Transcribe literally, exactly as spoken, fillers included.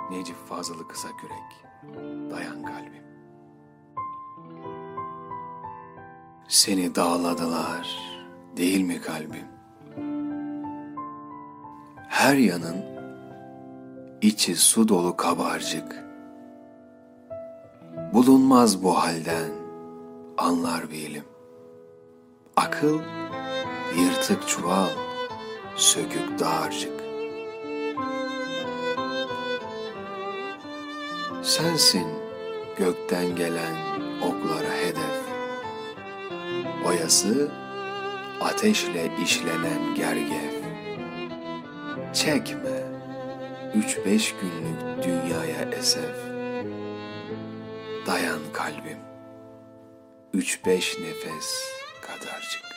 Necip Fazıl'ı Kısakürek, dayan kalbim. Seni dağladılar, değil mi kalbim? Her yanın içi su dolu kabarcık. Bulunmaz bu halden, anlar bilim. Akıl yırtık çuval, sökük dağarcık. Sensin gökten gelen oklara hedef. Oyası ateşle işlenen gergef. Çekme üç beş günlük dünyaya esef. Dayan kalbim, üç beş nefes kadarcık.